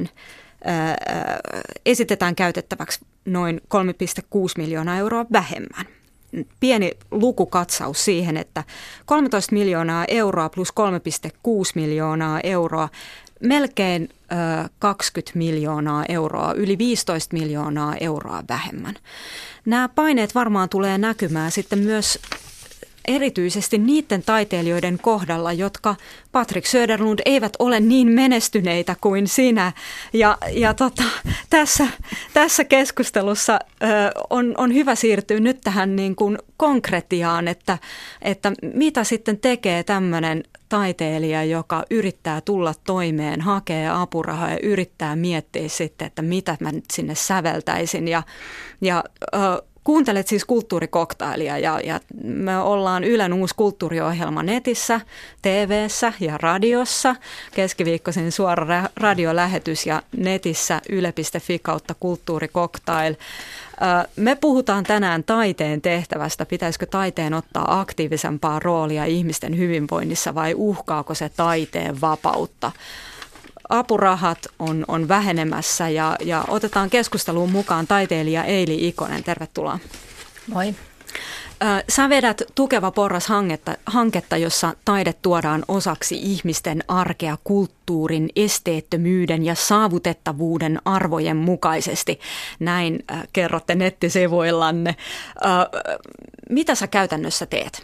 esitetään käytettäväksi noin kolme pilkku kuusi miljoonaa euroa vähemmän. Pieni lukukatsaus siihen, että kolmetoista miljoonaa euroa plus kolme pilkku kuusi miljoonaa euroa, melkein kaksikymmentä miljoonaa euroa, yli viisitoista miljoonaa euroa vähemmän. Nämä paineet varmaan tulee näkymään sitten myös erityisesti niiden taiteilijoiden kohdalla, jotka Patrik Söderlund eivät ole niin menestyneitä kuin sinä. Ja, ja tota, tässä, tässä keskustelussa ö, on, on hyvä siirtyä nyt tähän niin kuin konkretiaan, että, että mitä sitten tekee tämmöinen taiteilija, joka yrittää tulla toimeen, hakee apurahaa ja yrittää miettiä sitten, että mitä mä nyt sinne säveltäisin. Ja, ja ö, Kuuntelet siis Kulttuurikoktailia ja, ja me ollaan Ylen uusi kulttuuriohjelma netissä, T V:ssä ja radiossa. Keskiviikkoisin suora radiolähetys ja netissä yle piste fi kautta kulttuurikoktail. Me puhutaan tänään taiteen tehtävästä. Pitäisikö taiteen ottaa aktiivisempaa roolia ihmisten hyvinvoinnissa vai uhkaako se taiteen vapautta? Apurahat on, on vähenemässä ja, ja otetaan keskusteluun mukaan taiteilija Eili Ikonen. Tervetuloa. Moi. Sä vedät Tukeva porras hanketta, hanketta, jossa taide tuodaan osaksi ihmisten arkea kulttuurin, esteettömyyden ja saavutettavuuden arvojen mukaisesti. Näin äh, kerrotte nettisivuillanne. Äh, mitä sä käytännössä teet?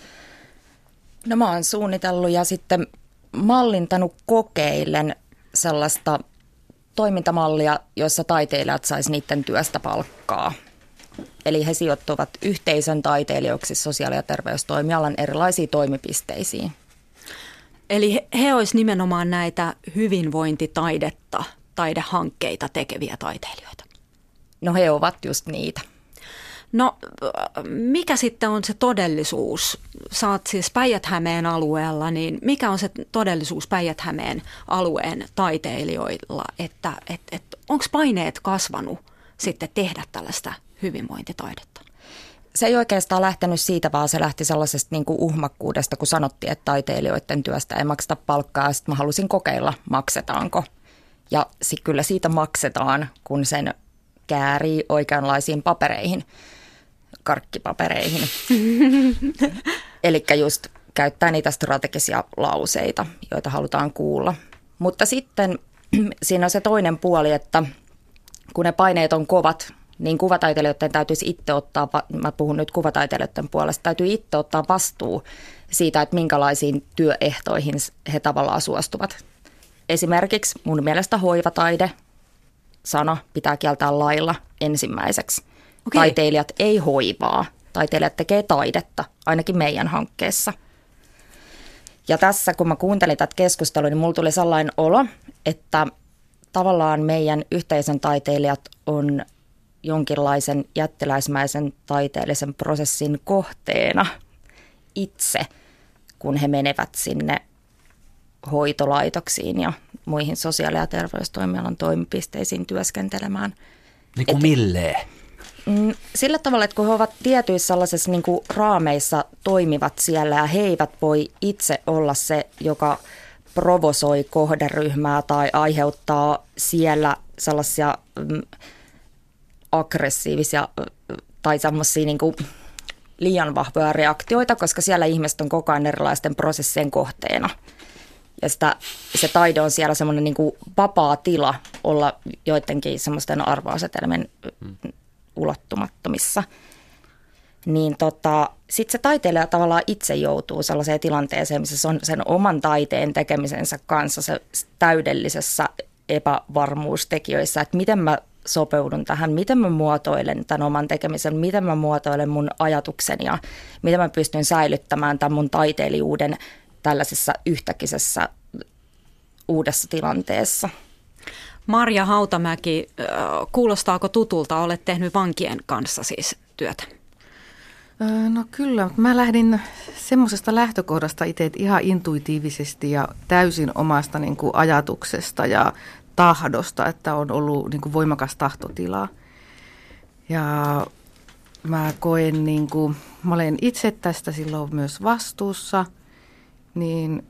No mä oon suunnitellut ja sitten mallintanut kokeillen sellaista toimintamallia, jossa taiteilijat sais niiden työstä palkkaa. Eli he sijoittuvat yhteisön taiteilijoiksi sosiaali- ja terveystoimialan erilaisiin toimipisteisiin. Eli he, he olisivat nimenomaan näitä hyvinvointitaidetta, taidehankkeita tekeviä taiteilijoita? No he ovat just niitä. No mikä sitten on se todellisuus? Sä oot siis Päijät-Hämeen alueella, niin mikä on se todellisuus Päijät-Hämeen alueen taiteilijoilla, että et, et, onko paineet kasvanut sitten tehdä tällaista hyvinvointitaidetta? Se ei oikeastaan lähtenyt siitä, vaan se lähti sellaisesta niin kuin uhmakkuudesta, kun sanottiin, että taiteilijoiden työstä ei makseta palkkaa. Ja sitten mä halusin kokeilla, maksetaanko. Ja sit kyllä siitä maksetaan, kun sen käärii oikeanlaisiin papereihin, karkkipapereihin. Eli just käyttää niitä strategisia lauseita, joita halutaan kuulla. Mutta sitten siinä on se toinen puoli, että kun ne paineet on kovat, niin kuvataiteilijoiden täytyisi itse ottaa, mä puhun nyt kuvataiteilijoiden puolesta, täytyy itse ottaa vastuu siitä, että minkälaisiin työehtoihin he tavallaan suostuvat. Esimerkiksi mun mielestä hoivataide sana pitää kieltää lailla ensimmäiseksi. Okay. Taiteilijat ei hoivaa. Taiteilijat tekee taidetta, ainakin meidän hankkeessa. Ja tässä, kun mä kuuntelin tätä keskustelua, niin mulla tuli sellainen olo, että tavallaan meidän yhteisön taiteilijat on jonkinlaisen jättiläismäisen taiteellisen prosessin kohteena itse, kun he menevät sinne hoitolaitoksiin ja muihin sosiaali- ja terveystoimialan toimipisteisiin työskentelemään. Niin kuin milleen? Sillä tavalla, että kun he ovat tietyissä sellaisissa niin kuin raameissa toimivat siellä ja he eivät voi itse olla se, joka provosoi kohderyhmää tai aiheuttaa siellä sellaisia mm, aggressiivisia tai semmoisia niin kuin liian vahvoja reaktioita, koska siellä ihmiset on koko ajan erilaisten prosessien kohteena. Ja sitä, se taide on siellä semmoinen niin kuin vapaa tila olla joidenkin semmoisten arvoasetelmien hmm. ulottumattomissa. Niin tota, sitten se taiteilija tavallaan itse joutuu sellaiseen tilanteeseen, missä se on sen oman taiteen tekemisensä kanssa se täydellisessä epävarmuustekijöissä, että miten mä sopeudun tähän, miten mä muotoilen tämän oman tekemisen, miten mä muotoilen mun ajatukseni ja miten mä pystyn säilyttämään tämän mun taiteilijuuden tällaisessa yhtäkisessä uudessa tilanteessa. Marja Hautamäki, kuulostaako tutulta? Olet tehnyt vankien kanssa siis työtä. No kyllä, mä lähdin semmoisesta lähtökohdasta itse, että ihan intuitiivisesti ja täysin omasta niin kuin ajatuksesta ja tahdosta, että on ollut niin kuin voimakas tahtotila. Ja mä koen, niin kuin, mä olen itse tästä silloin myös vastuussa, niin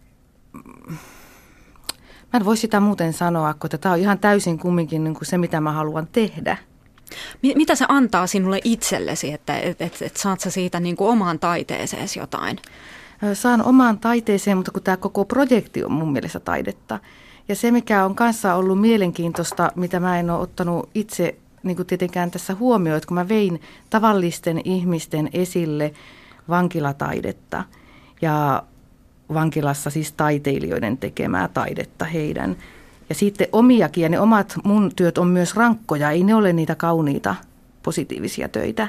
mä en voi sitä muuten sanoa, kun tämä on ihan täysin kumminkin niin kuin se, mitä mä haluan tehdä. Mitä se antaa sinulle itsellesi, että et, et, et saat sä siitä niin kuin omaan taiteeseesi jotain? Saan omaan taiteeseen, mutta kun tämä koko projekti on mun mielestä taidetta. Ja se, mikä on kanssa ollut mielenkiintoista, mitä mä en ole ottanut itse niin kuin tietenkään tässä huomioon, että kun mä vein tavallisten ihmisten esille vankilataidetta ja vankilassa siis taiteilijoiden tekemää taidetta heidän. Ja sitten omiakin, ja ne omat mun työt on myös rankkoja, ei ne ole niitä kauniita positiivisia töitä.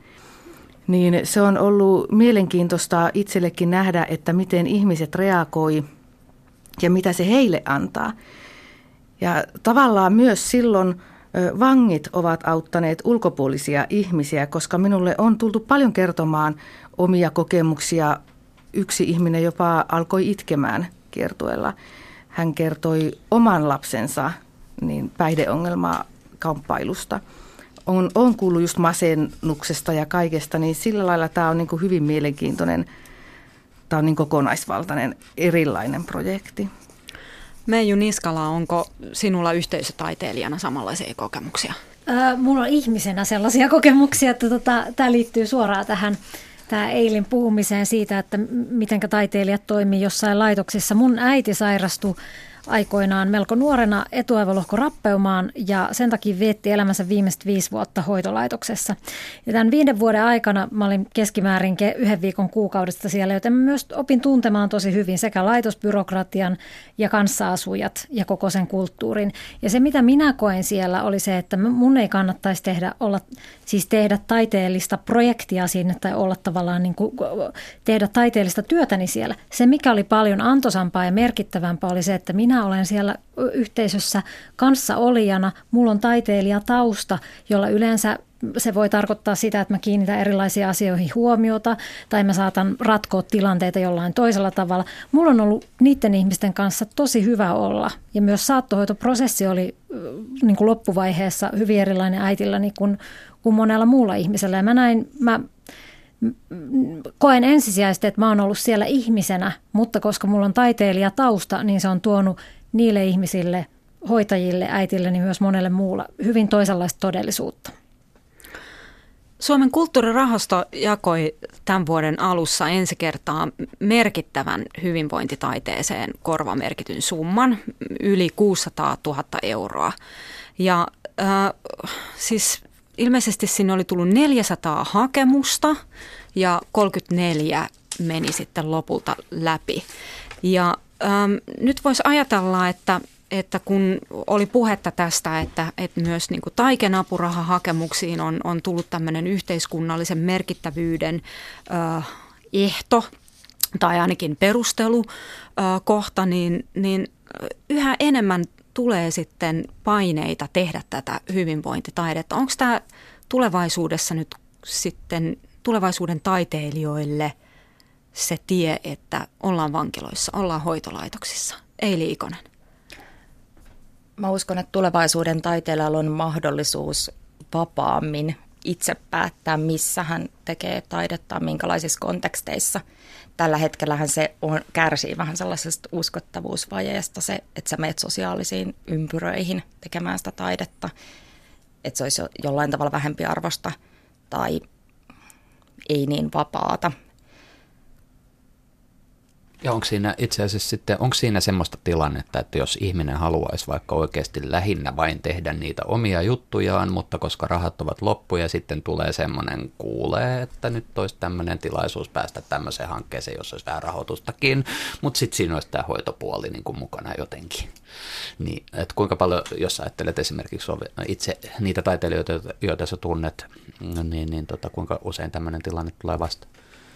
Niin se on ollut mielenkiintoista itsellekin nähdä, että miten ihmiset reagoi ja mitä se heille antaa. Ja tavallaan myös silloin vangit ovat auttaneet ulkopuolisia ihmisiä, koska minulle on tultu paljon kertomaan omia kokemuksia. Yksi ihminen jopa alkoi itkemään kiertueella. Hän kertoi oman lapsensa niin päihdeongelmaa kamppailusta. On, on kuullut just masennuksesta ja kaikesta, niin sillä lailla tämä on niin kuin hyvin mielenkiintoinen, tämä on niin kokonaisvaltainen, erilainen projekti. Meiju Niskala, onko sinulla yhteisötaiteilijana samanlaisia kokemuksia? Äh, mulla on ihmisenä sellaisia kokemuksia, että tota, tämä liittyy suoraan tähän Tämä Eilin puhumiseen siitä, että miten taiteilijat toimii jossain laitoksissa. Mun äiti sairastui aikoinaan melko nuorena etuaivolohkorappeumaan ja sen takia vietti elämänsä viimeiset viisi vuotta hoitolaitoksessa. Ja tämän viiden vuoden aikana mä olin keskimäärin yhden viikon kuukaudesta siellä, joten mä myös opin tuntemaan tosi hyvin sekä laitosbyrokratian ja kanssaasujat ja koko sen kulttuurin. Ja se, mitä minä koen siellä, oli se, että mun ei kannattaisi tehdä, olla, siis tehdä taiteellista projektia sinne tai olla tavallaan niin kuin, tehdä taiteellista työtäni siellä. Se, mikä oli paljon antoisampaa ja merkittävämpää, oli se, että minä olen siellä yhteisössä kanssaolijana. Mulla on taiteilijatausta, jolla yleensä se voi tarkoittaa sitä, että mä kiinnitän erilaisiin asioihin huomiota tai mä saatan ratkoa tilanteita jollain toisella tavalla. Mulla on ollut niiden ihmisten kanssa tosi hyvä olla ja myös saattohoitoprosessi oli niin kuin loppuvaiheessa hyvin erilainen äitilläni kuin, kuin monella muulla ihmisellä. Ja mä näin, mä koen ensisijaisesti, että mä oon ollut siellä ihmisenä, mutta koska mulla on taiteilijatausta, niin se on tuonut niille ihmisille, hoitajille, äitille, niin myös monelle muulla hyvin toisenlaista todellisuutta. Suomen kulttuurirahasto jakoi tämän vuoden alussa ensi kertaa merkittävän hyvinvointitaiteeseen korvamerkityn summan, yli kuusisataatuhatta euroa. Ja äh, siis ilmeisesti sinne oli tullut neljäsataa hakemusta ja kolmekymmentäneljä meni sitten lopulta läpi. Ja ähm, nyt voisi ajatella, että että kun oli puhetta tästä, että, että myös niin kuin Taiken-apurahahakemuksiin on, on tullut tämmöinen yhteiskunnallisen merkittävyyden äh, ehto tai ainakin perustelukohta, äh, niin, niin yhä enemmän tulee sitten paineita tehdä tätä hyvinvointitaidetta. Onko tämä tulevaisuudessa nyt sitten tulevaisuuden taiteilijoille se tie, että ollaan vankiloissa, ollaan hoitolaitoksissa? Eili Ikonen. Mä uskon, että tulevaisuuden taiteilijalla on mahdollisuus vapaammin itse päättää, missä hän tekee taidetta, minkälaisissa konteksteissa. Tällä hetkellähän se on, kärsii vähän sellaisesta uskottavuusvajeesta, se, että sä menet sosiaalisiin ympyröihin tekemään sitä taidetta, että se olisi jollain tavalla vähempi arvosta tai ei niin vapaata. Ja onko siinä itse asiassa sitten, onko siinä semmoista tilannetta, että jos ihminen haluaisi vaikka oikeasti lähinnä vain tehdä niitä omia juttujaan, mutta koska rahat ovat loppu ja sitten tulee semmoinen kuulee, että nyt olisi tämmöinen tilaisuus päästä tämmöiseen hankkeeseen, jossa olisi vähän rahoitustakin, mutta sitten siinä olisi tämä hoitopuoli niin kuin mukana jotenkin. Niin, että kuinka paljon, jos ajattelet esimerkiksi itse niitä taiteilijoita, joita sä tunnet, niin, niin tota, kuinka usein tämmöinen tilanne tulee vastaan?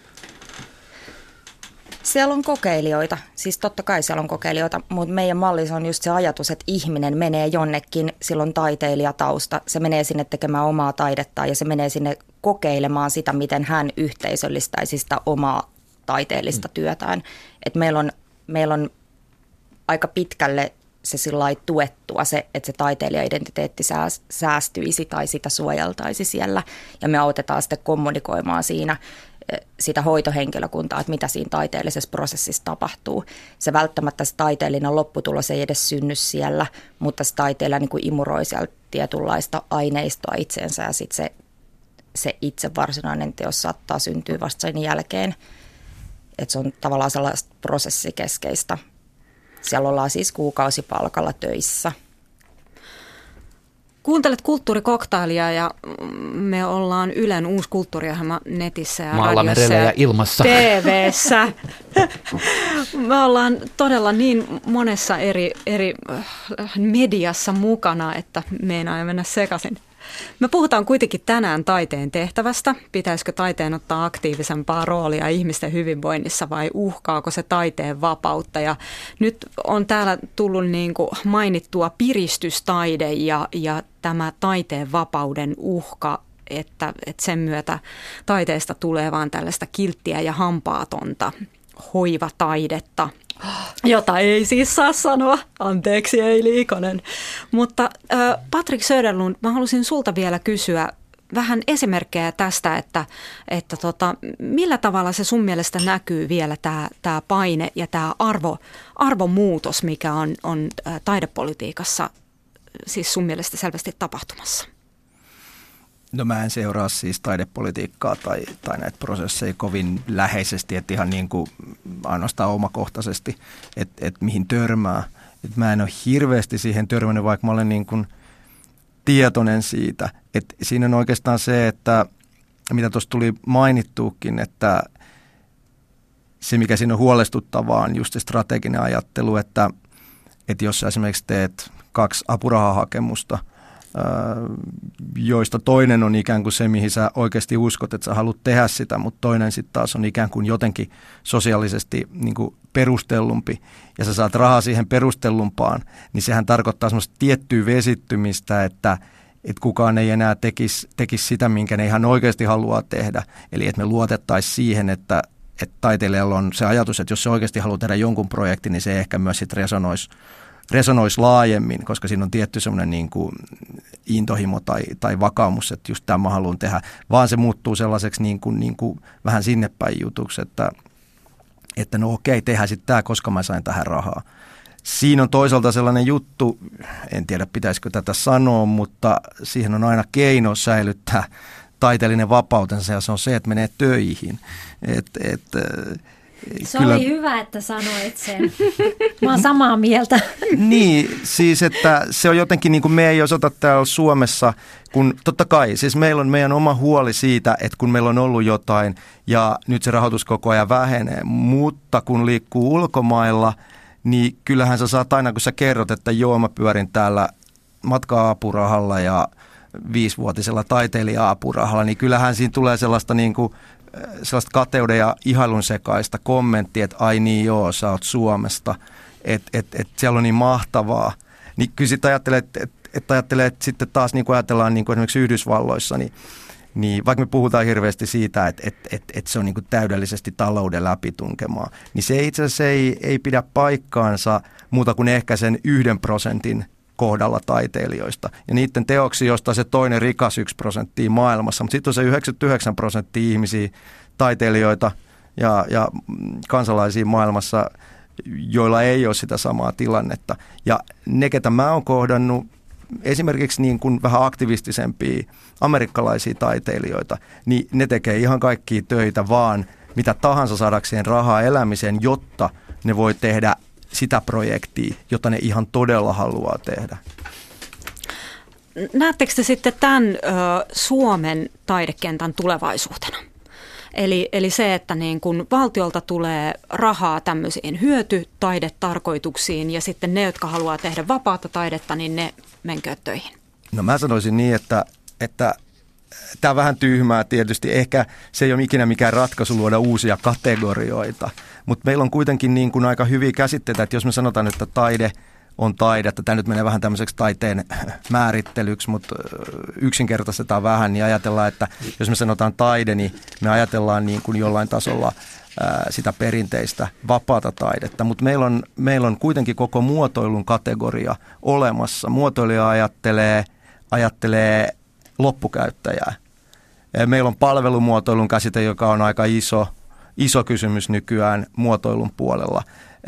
Siellä on kokeilijoita, siis totta kai siellä on kokeilijoita, mutta meidän mallissa on just se ajatus, että ihminen menee jonnekin, sillä on taiteilijatausta, se menee sinne tekemään omaa taidettaan ja se menee sinne kokeilemaan sitä, miten hän yhteisöllistäisi sitä omaa taiteellista mm. työtään. Et meillä on, meillä on aika pitkälle se sillai tuettua se, että se taiteilija-identiteetti säästyisi tai sitä suojeltaisi siellä ja me autetaan sitten kommunikoimaan siinä sitä hoitohenkilökuntaa, että mitä siinä taiteellisessa prosessissa tapahtuu. Se välttämättä se taiteellinen lopputulos ei edes synny siellä, mutta se taiteilija niin kuin imuroi sieltä tietynlaista aineistoa itseensä ja sitten se, se itse varsinainen teos saattaa syntyä vasta sen jälkeen. Että se on tavallaan sellaista prosessikeskeistä. Siellä ollaan siis kuukausipalkalla töissä. Kuuntelet Kulttuurikoktailia ja me ollaan Ylen uusi kulttuuriohjelma netissä ja maalla, radiossa merellä ja, ja ilmassa. T V:ssä. Me ollaan todella niin monessa eri, eri mediassa mukana, että meinaa jo mennä sekaisin. Me puhutaan kuitenkin tänään taiteen tehtävästä. Pitäisikö taiteen ottaa aktiivisempaa roolia ihmisten hyvinvoinnissa vai uhkaako se taiteen vapautta? Ja nyt on täällä tullut niin kuin mainittua piristystaide ja, ja tämä taiteen vapauden uhka, että, että sen myötä taiteesta tulee vaan tällaista kilttiä ja hampaatonta hoivataidetta, jota ei siis saa sanoa. Anteeksi, ei Liikonen. Mutta äh, Patrik Söderlund, mä halusin sulta vielä kysyä vähän esimerkkejä tästä, että, että tota, millä tavalla se sun mielestä näkyy vielä tämä, tämä paine ja tämä arvo, arvomuutos, mikä on, on äh, taidepolitiikassa siis sun mielestä selvästi tapahtumassa? No mä en seuraa siis taidepolitiikkaa tai, tai näitä prosesseja kovin läheisesti, että ihan niin kuin ainoastaan omakohtaisesti, että, että mihin törmää. Että mä en ole hirveästi siihen törmännyt, vaikka mä olen niin kuin tietoinen siitä. Että siinä on oikeastaan se, että mitä tuossa tuli mainittuukin, että se mikä siinä on huolestuttavaa on just se strateginen ajattelu, että, että jos sä esimerkiksi teet kaksi apurahahakemusta, joista toinen on ikään kuin se, mihin sä oikeasti uskot, että sä haluat tehdä sitä, mutta toinen sitten taas on ikään kuin jotenkin sosiaalisesti niin kuin perustellumpi, ja sä saat rahaa siihen perustellumpaan, niin sehän tarkoittaa semmoista tiettyä vesittymistä, että, että kukaan ei enää tekisi, tekisi sitä, minkä ne ihan oikeasti haluaa tehdä. Eli että me luotettaisiin siihen, että, että taiteilijalla on se ajatus, että jos se oikeasti haluaa tehdä jonkun projektin, niin se ehkä myös sitten resonoisi resonoisi laajemmin, koska siinä on tietty semmoinen niin kuin intohimo tai, tai vakaumus, että just tämä mä haluan tehdä, vaan se muuttuu sellaiseksi niin kuin, niin kuin vähän sinne päin jutuksi, että, että no okei, tehdään sitten tämä, koska mä sain tähän rahaa. Siinä on toisaalta sellainen juttu, en tiedä pitäisikö tätä sanoa, mutta siihen on aina keino säilyttää taiteellinen vapautensa ja se on se, että menee töihin. Et, et, Se Kyllä. oli hyvä, että sanoit sen. Mä oon samaa mieltä. Niin, siis että se on jotenkin niin kuin me ei osata täällä Suomessa, kun totta kai, siis meillä on meidän oma huoli siitä, että kun meillä on ollut jotain ja nyt se rahoitus koko ajan vähenee, mutta kun liikkuu ulkomailla, niin kyllähän sä saat aina, kun sä kerrot, että joo, mä pyörin täällä matka-apurahalla ja viisivuotisella taiteilija-apurahalla, niin kyllähän siinä tulee sellaista niin kuin sellaista kateuden ja ihailun sekaista kommenttia, että ai niin joo, sä oot Suomesta, että et, et siellä on niin mahtavaa. Niin kyllä sitten ajattelee, että et, et ajattelee, että sitten taas niin kuin ajatellaan niin kuin esimerkiksi Yhdysvalloissa, niin, niin vaikka me puhutaan hirveästi siitä, että et, et, et se on niin kuin täydellisesti talouden läpitunkemaa, niin se itse asiassa ei, ei pidä paikkaansa muuta kuin ehkä sen yhden prosentin kohdalla taiteilijoista. Ja niiden teoksia, josta se toinen rikas yksi prosenttia maailmassa, mutta sitten on se yhdeksänkymmentäyhdeksän prosenttia ihmisiä, taiteilijoita ja, ja kansalaisia maailmassa, joilla ei ole sitä samaa tilannetta. Ja ne, ketä mä oon kohdannut, esimerkiksi niin kuin vähän aktivistisempia amerikkalaisia taiteilijoita, niin ne tekee ihan kaikkia töitä vaan mitä tahansa saadakseen rahaa elämiseen, jotta ne voi tehdä sitä projektia, jota ne ihan todella haluaa tehdä. Näettekö te sitten tämän ö, Suomen taidekentän tulevaisuutena? Eli, eli se, että niin kun valtiolta tulee rahaa tämmöisiin hyötytaidetarkoituksiin ja sitten ne, jotka haluaa tehdä vapaata taidetta, niin ne menkööt töihin. No mä sanoisin niin, että, että tämä on vähän tyhmää tietysti. Ehkä se ei ole ikinä mikään ratkaisu luoda uusia kategorioita, mutta meillä on kuitenkin niin kuin aika hyviä käsitteitä, että jos me sanotaan, että taide on taidetta, tämä nyt menee vähän tämmöiseksi taiteen määrittelyksi, mutta yksinkertaistetaan vähän, niin ajatellaan, että jos me sanotaan taide, niin me ajatellaan niin kuin jollain tasolla ää, sitä perinteistä vapaata taidetta, mutta meillä on, meillä on kuitenkin koko muotoilun kategoria olemassa. Muotoilija ajattelee, ajattelee loppukäyttäjää. Meillä on palvelumuotoilun käsite, joka on aika iso, iso kysymys nykyään muotoilun puolella.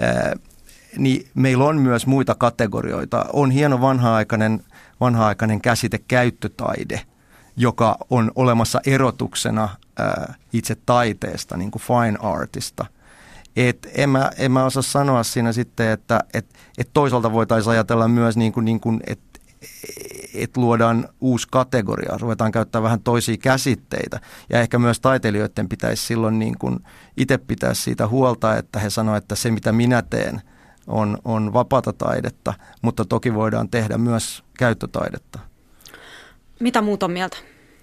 Niin meillä on myös muita kategorioita. On hieno vanha-aikainen, vanha-aikainen käsite käyttötaide, joka on olemassa erotuksena itse taiteesta, niin kuin fine artista. Et en, mä, en mä osaa sanoa siinä sitten, että et, et toisaalta voitaisiin ajatella myös, niin kuin, niin kuin, että et luodaan uusi kategoria, ruvetaan käyttää vähän toisia käsitteitä. Ja ehkä myös taiteilijoiden pitäisi silloin niin kuin itse pitää siitä huolta, että he sanoo, että se mitä minä teen on, on vapaata taidetta, mutta toki voidaan tehdä myös käyttötaidetta. Mitä muut on mieltä?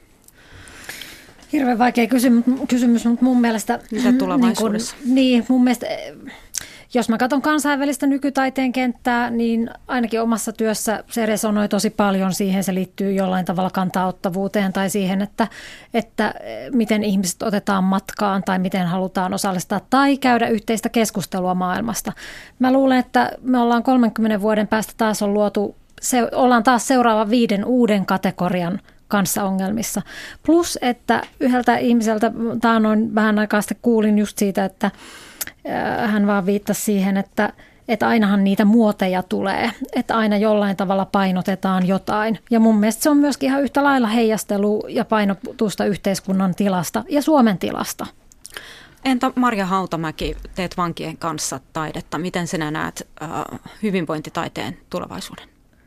Hirveän vaikea kysymys, kysymys mutta mun mielestä... Mitä tulevaisuudessa? Niin, kun, niin mun mielestä... Jos mä katson kansainvälistä nykytaiteen kenttää, niin ainakin omassa työssä se resonoi tosi paljon siihen. Se liittyy jollain tavalla kantauttavuuteen tai siihen, että, että miten ihmiset otetaan matkaan tai miten halutaan osallistaa tai käydä yhteistä keskustelua maailmasta. Mä luulen, että me ollaan kolmenkymmenen vuoden päästä taas on luotu, se, ollaan taas seuraava viiden uuden kategorian kanssa ongelmissa. Plus, että yhdeltä ihmiseltä taannoin vähän aikaa sitten kuulin just siitä, että hän vaan viittasi siihen, että, että ainahan niitä muoteja tulee, että aina jollain tavalla painotetaan jotain. Ja mun mielestä se on myöskin ihan yhtä lailla heijastelu ja painotusta yhteiskunnan tilasta ja Suomen tilasta. Entä Marja Hautamäki, teet vankien kanssa taidetta. Miten sinä näet äh, hyvinvointitaiteen tulevaisuuden?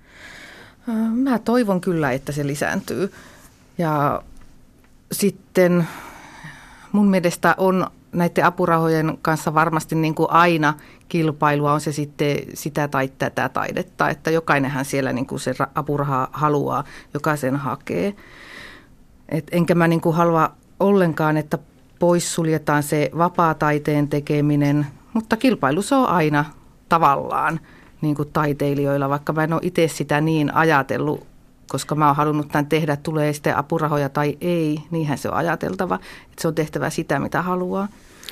Mä toivon kyllä, että se lisääntyy. Ja sitten mun mielestä on näiden apurahojen kanssa varmasti niin kuin aina kilpailua, on se sitten sitä tai tätä taidetta, että jokainenhan siellä niin kuin se apuraha haluaa, joka sen hakee. Et enkä mä niin kuin halua ollenkaan, että poissuljetaan se vapaa-taiteen tekeminen, mutta kilpailu se on aina tavallaan niin kuin taiteilijoilla, vaikka mä en ole itse sitä niin ajatellut, koska mä oon halunnut tämän tehdä, tulee sitten apurahoja tai ei, niinhän se on ajateltava, että se on tehtävä sitä, mitä haluaa.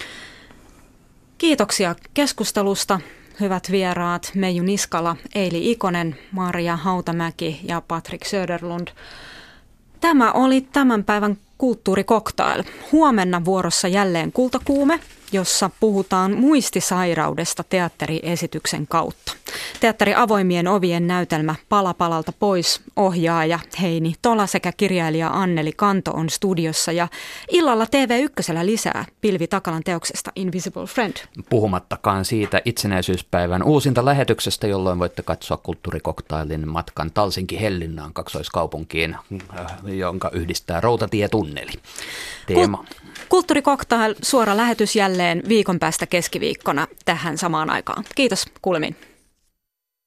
Kiitoksia keskustelusta, hyvät vieraat, Meiju Niskala, Eili Ikonen, Marja Hautamäki ja Patrik Söderlund. Tämä oli tämän päivän Kulttuurikoktail. Huomenna vuorossa jälleen Kultakuume, jossa puhutaan muistisairaudesta teatteriesityksen kautta. Teatteri Avoimien ovien näytelmä Pala palalta pois ohjaaja Heini Tola sekä kirjailija Anneli Kanto on studiossa ja illalla T V yksi lisää Pilvi Takalan teoksesta Invisible Friend. Puhumattakaan siitä itsenäisyyspäivän uusinta lähetyksestä, jolloin voitte katsoa Kulttuurikoktailin matkan Talsinki-Hellinnaan kaksoiskaupunkiin, jonka yhdistää rautatietunneli. Teema. Kulttuurikoktail suora lähetys jälleen viikon päästä keskiviikkona tähän samaan aikaan. Kiitos, kuulemiin.